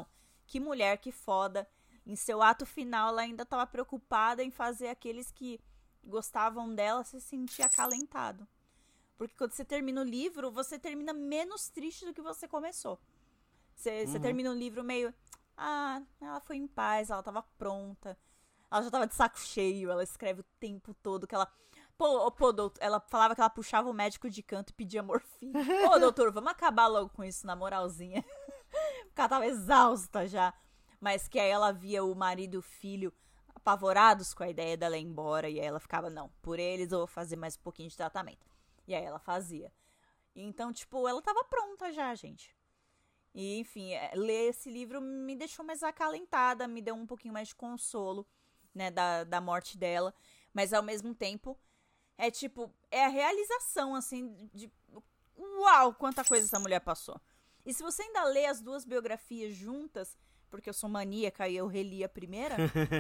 que mulher, que foda. Em seu ato final, ela ainda tava preocupada em fazer aqueles que gostavam dela se sentir acalentado. Porque quando você termina o livro, você termina menos triste do que você começou. Você, uhum. você termina o livro meio... Ah, ela foi em paz, ela tava pronta. Ela já tava de saco cheio, ela escreve o tempo todo que ela... Pô, pô, doutor, ela falava que ela puxava o médico de canto e pedia morfina. Ô, doutor, vamos acabar logo com isso, na moralzinha. Porque ela tava exausta já. Mas que aí ela via o marido e o filho apavorados com a ideia dela ir embora. E aí ela ficava, não, por eles eu vou fazer mais um pouquinho de tratamento. E aí ela fazia. Então, tipo, ela tava pronta já, gente. E, enfim, ler esse livro me deixou mais acalentada, me deu um pouquinho mais de consolo, né, da, da morte dela. Mas, ao mesmo tempo, é tipo, é a realização, assim, de... Uau, quanta coisa essa mulher passou. E se você ainda lê as duas biografias juntas, porque eu sou maníaca e eu reli a primeira,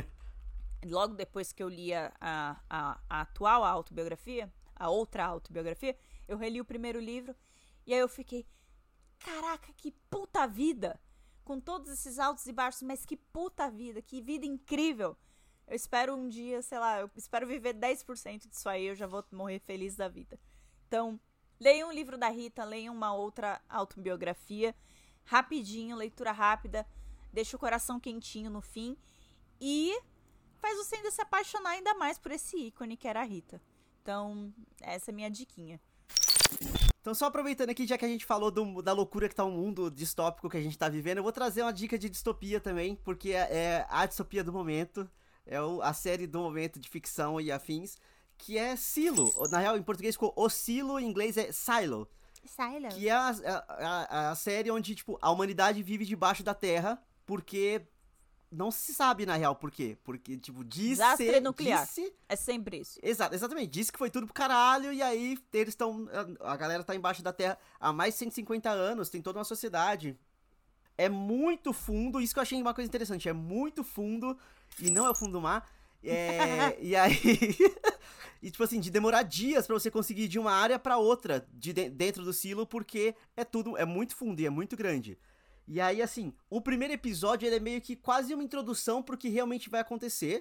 logo depois que eu li a, a, a, a atual autobiografia, a outra autobiografia, eu reli o primeiro livro, e aí eu fiquei, caraca, que puta vida, com todos esses altos e baixos, mas que puta vida, que vida incrível. Eu espero um dia, sei lá, eu espero viver dez por cento disso aí, eu já vou morrer feliz da vida. Então, leiam um livro da Rita, leiam uma outra autobiografia, rapidinho, leitura rápida, deixa o coração quentinho no fim, e faz você ainda se apaixonar ainda mais por esse ícone que era a Rita. Então, essa é a minha diquinha. Então, só aproveitando aqui, já que a gente falou do, da loucura que tá o mundo distópico que a gente tá vivendo, eu vou trazer uma dica de distopia também, porque é, é a distopia do momento, é o, a série do momento de ficção e afins, que é Silo. Na real, em português ficou O Silo, em inglês é Silo. Silo. Que é a, a, a série onde, tipo, a humanidade vive debaixo da terra, porque... Não se sabe, na real, por quê. Porque, tipo, disse... Desastre nuclear. Disse, é sempre isso. Exato, exatamente. Disse que foi tudo pro caralho, e aí eles estão... A galera tá embaixo da terra há mais de cento e cinquenta anos, tem toda uma sociedade. É muito fundo, isso que eu achei uma coisa interessante. É muito fundo, e não é o fundo do mar. É, e aí... e, tipo assim, de demorar dias pra você conseguir ir de uma área pra outra, de dentro do silo, porque é tudo... É muito fundo e é muito grande. E aí, assim, o primeiro episódio, ele é meio que quase uma introdução pro que realmente vai acontecer.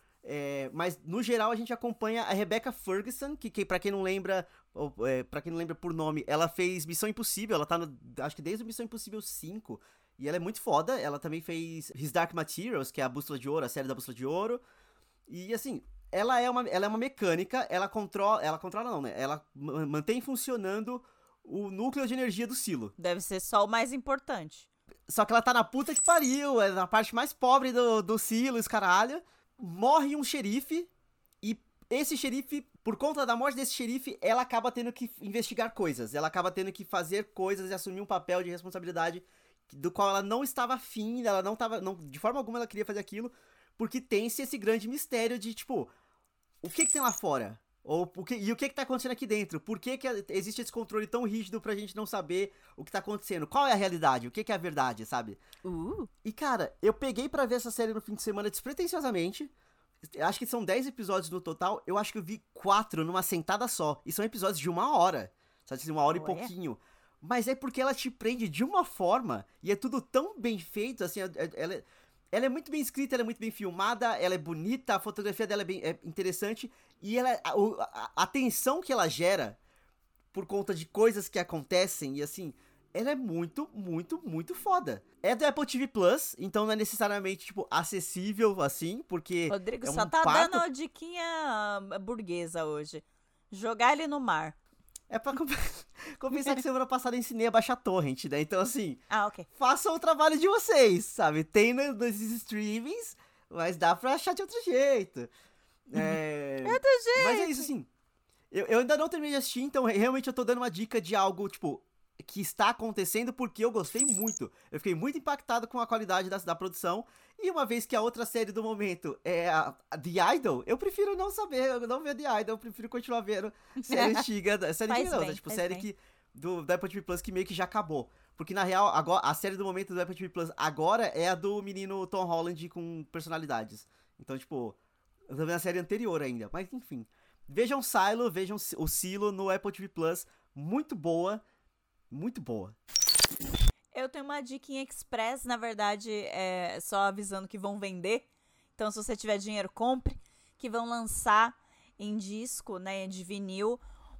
É, mas, no geral, a gente acompanha a Rebecca Ferguson, que, que pra quem não lembra, ou, é, pra quem não lembra por nome, ela fez Missão Impossível, ela tá no, acho que desde o Missão Impossível cinco, e ela é muito foda. Ela também fez His Dark Materials, que é a Bússola de Ouro, a série da Bússola de Ouro. E, assim, ela é uma, ela é uma mecânica, ela controla, ela controla não, né? Ela m- mantém funcionando o núcleo de energia do silo. Deve ser só o mais importante. Só que ela tá na puta que pariu, é na parte mais pobre do, do silo, esse caralho. Morre um xerife, e esse xerife, por conta da morte desse xerife, ela acaba tendo que investigar coisas. Ela acaba tendo que fazer coisas e assumir um papel de responsabilidade do qual ela não estava afim, ela não tava, não, de forma alguma ela queria fazer aquilo, porque tem-se esse grande mistério de, tipo, o que que tem lá fora? Ou, o que, e o que que tá acontecendo aqui dentro? Por que que existe esse controle tão rígido pra gente não saber o que tá acontecendo? Qual é a realidade? O que que é a verdade, sabe? Uh. E, cara, eu peguei pra ver essa série no fim de semana despretensiosamente. Acho que são dez episódios no total. Eu acho que eu vi quatro numa sentada só. E são episódios de uma hora. Sabe assim, uma hora Ué? e pouquinho. Mas é porque ela te prende de uma forma. E é tudo tão bem feito, assim, ela... Ela é muito bem escrita, ela é muito bem filmada, ela é bonita, a fotografia dela é bem é interessante, e ela, a, a, a tensão que ela gera por conta de coisas que acontecem, e assim, ela é muito, muito, muito foda. É do Apple T V Plus, então não é necessariamente, tipo, acessível, assim, porque Rodrigo é um só tá parto... dando uma diquinha burguesa hoje. Jogar ele no mar. É pra comp... compensar que semana passada eu ensinei a baixar torrent, né? Então, assim, Ah, ok. façam o trabalho de vocês, sabe? Tem nesses streamings, mas dá pra achar de outro jeito. É... É outro jeito. Mas é isso, assim. Eu, eu ainda não terminei de assistir, então realmente eu tô dando uma dica de algo, tipo, que está acontecendo porque eu gostei muito. Eu fiquei muito impactado com a qualidade da, da produção. E uma vez que a outra série do momento é a, a The Idol, eu prefiro não saber, eu não ver The Idol, eu prefiro continuar vendo série antiga. Série Faz antiga não, bem, né? Tipo, faz série bem. que, do, do Apple T V Plus que meio que já acabou. Porque na real, agora, a série do momento do Apple T V Plus agora é a do menino Tom Holland com personalidades. Então, tipo, eu tô vendo a série anterior ainda. Mas enfim, vejam Silo, vejam o Silo no Apple T V Plus. Muito boa, muito boa. Eu tenho uma diquinha express, na verdade, é só avisando que vão vender. Então, se você tiver dinheiro, compre. Que vão lançar em disco, né, de vinil,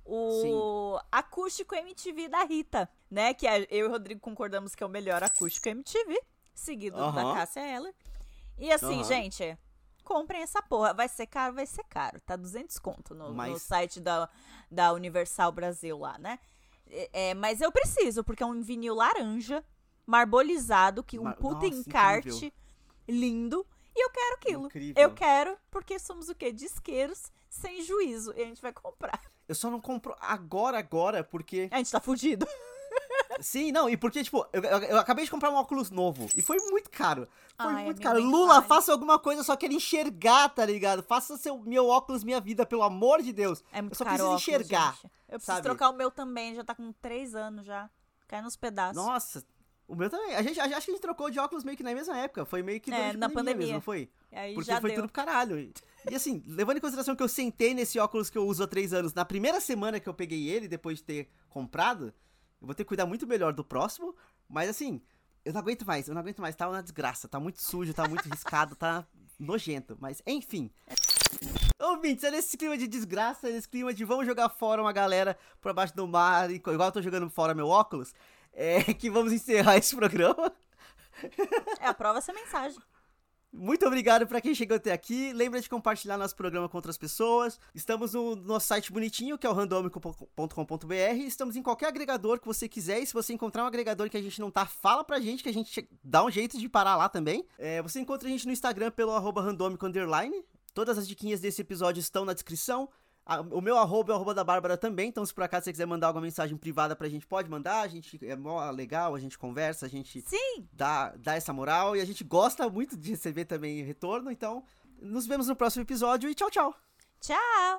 o Sim. acústico M T V da Rita, né? Que eu e o Rodrigo concordamos que é o melhor acústico M T V, seguido uh-huh. da Cássia Eller. E assim, uh-huh. gente, comprem essa porra. Vai ser caro, vai ser caro. Tá duzentos conto no, mas... no site da, da Universal Brasil lá, né? É, mas eu preciso, porque é um vinil laranja, marbolizado, que um Mar... puta Nossa, encarte, incrível. Lindo. E eu quero aquilo. Incrível. Eu quero, porque somos o quê? Disqueiros sem juízo. E a gente vai comprar. Eu só não compro agora, agora, porque... A gente tá fudido. Sim, não, e porque, tipo, eu, eu, eu acabei de comprar um óculos novo. E foi muito caro. Foi Ai, muito caro. Lula, pai. Faça alguma coisa, eu só quero enxergar, tá ligado? Faça seu, meu óculos, minha vida, pelo amor de Deus. É muito eu só caro preciso óculos, enxergar. Gente. Eu preciso sabe? trocar o meu também, já tá com três anos já. Cai nos pedaços. Nossa, o meu também. A gente, a, acho que a gente trocou de óculos meio que na mesma época. Foi meio que é, na pandemia, mesmo, não foi? Aí Porque já foi deu. tudo pro caralho. E, e assim, levando em consideração que eu sentei nesse óculos que eu uso há três anos, na primeira semana que eu peguei ele, depois de ter comprado, eu vou ter que cuidar muito melhor do próximo. Mas assim, eu não aguento mais, eu não aguento mais. Tá uma desgraça, tá muito sujo, tá muito riscado, tá nojento. Mas enfim. Ouvintes, é nesse clima de desgraça, nesse clima de vamos jogar fora uma galera por baixo do mar, igual eu tô jogando fora meu óculos, é que vamos encerrar esse programa. É, aprova essa mensagem. Muito obrigado pra quem chegou até aqui. Lembra de compartilhar nosso programa com outras pessoas. Estamos no nosso site bonitinho, que é o randomico ponto com ponto b r. Estamos em qualquer agregador que você quiser. E se você encontrar um agregador que a gente não tá, fala pra gente, que a gente dá um jeito de parar lá também. É, você encontra a gente no Instagram pelo arroba randomico underline. Todas as diquinhas desse episódio estão na descrição. O meu arroba é o arroba da Bárbara também, então se por acaso você quiser mandar alguma mensagem privada pra gente, pode mandar, a gente é mó legal, a gente conversa, a gente Sim. Dá, dá essa moral e a gente gosta muito de receber também retorno, então nos vemos no próximo episódio e tchau, tchau! Tchau!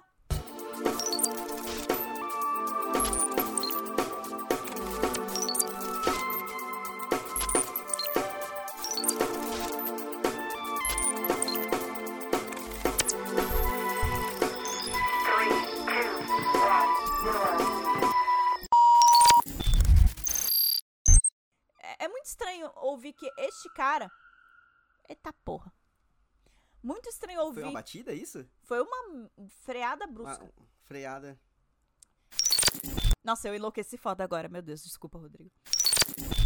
É muito estranho ouvir que este cara... Eita porra. Muito estranho ouvir... Foi uma batida, isso? Foi uma freada brusca. Uma freada. Nossa, eu enlouqueci foda agora. Meu Deus, desculpa, Rodrigo.